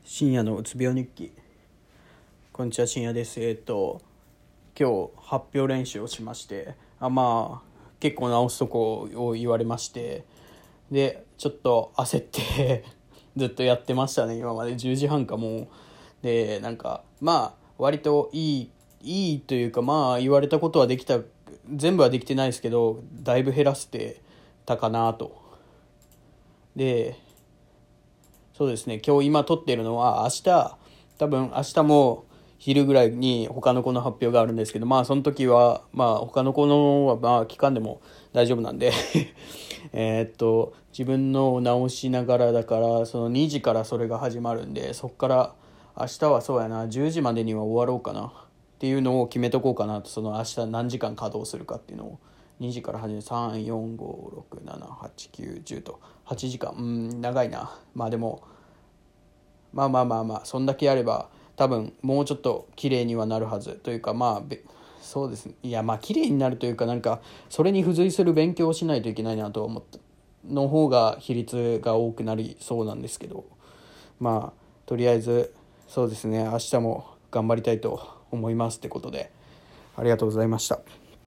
深夜のうつ病日記。こんにちは、深夜です。今日発表練習をしまして、結構直すとこを言われまして、でちょっと焦ってずっとやってましたね。今まで10時半かもで、割といいというか、言われたことはできた、全部はできてないですけど、だいぶ減らしてたかなと。でそうですね、今撮っているのは多分明日も昼ぐらいに他の子の発表があるんですけど、その時は他の子のは期間でも大丈夫なんで自分のを直しながら、だからその2時からそれが始まるんで、そっから明日はそうやな、10時までには終わろうかなっていうのを決めとこうかなと。その明日何時間稼働するかっていうのを2時から始め、345678910と8時間、長いな。でもそんだけやれば多分もうちょっと綺麗にはなるはずというか、そうですね、綺麗になるというか、それに付随する勉強をしないといけないなと思ったの方が比率が多くなりそうなんですけど、とりあえずそうですね、明日も頑張りたいと思いますってことで、ありがとうございました。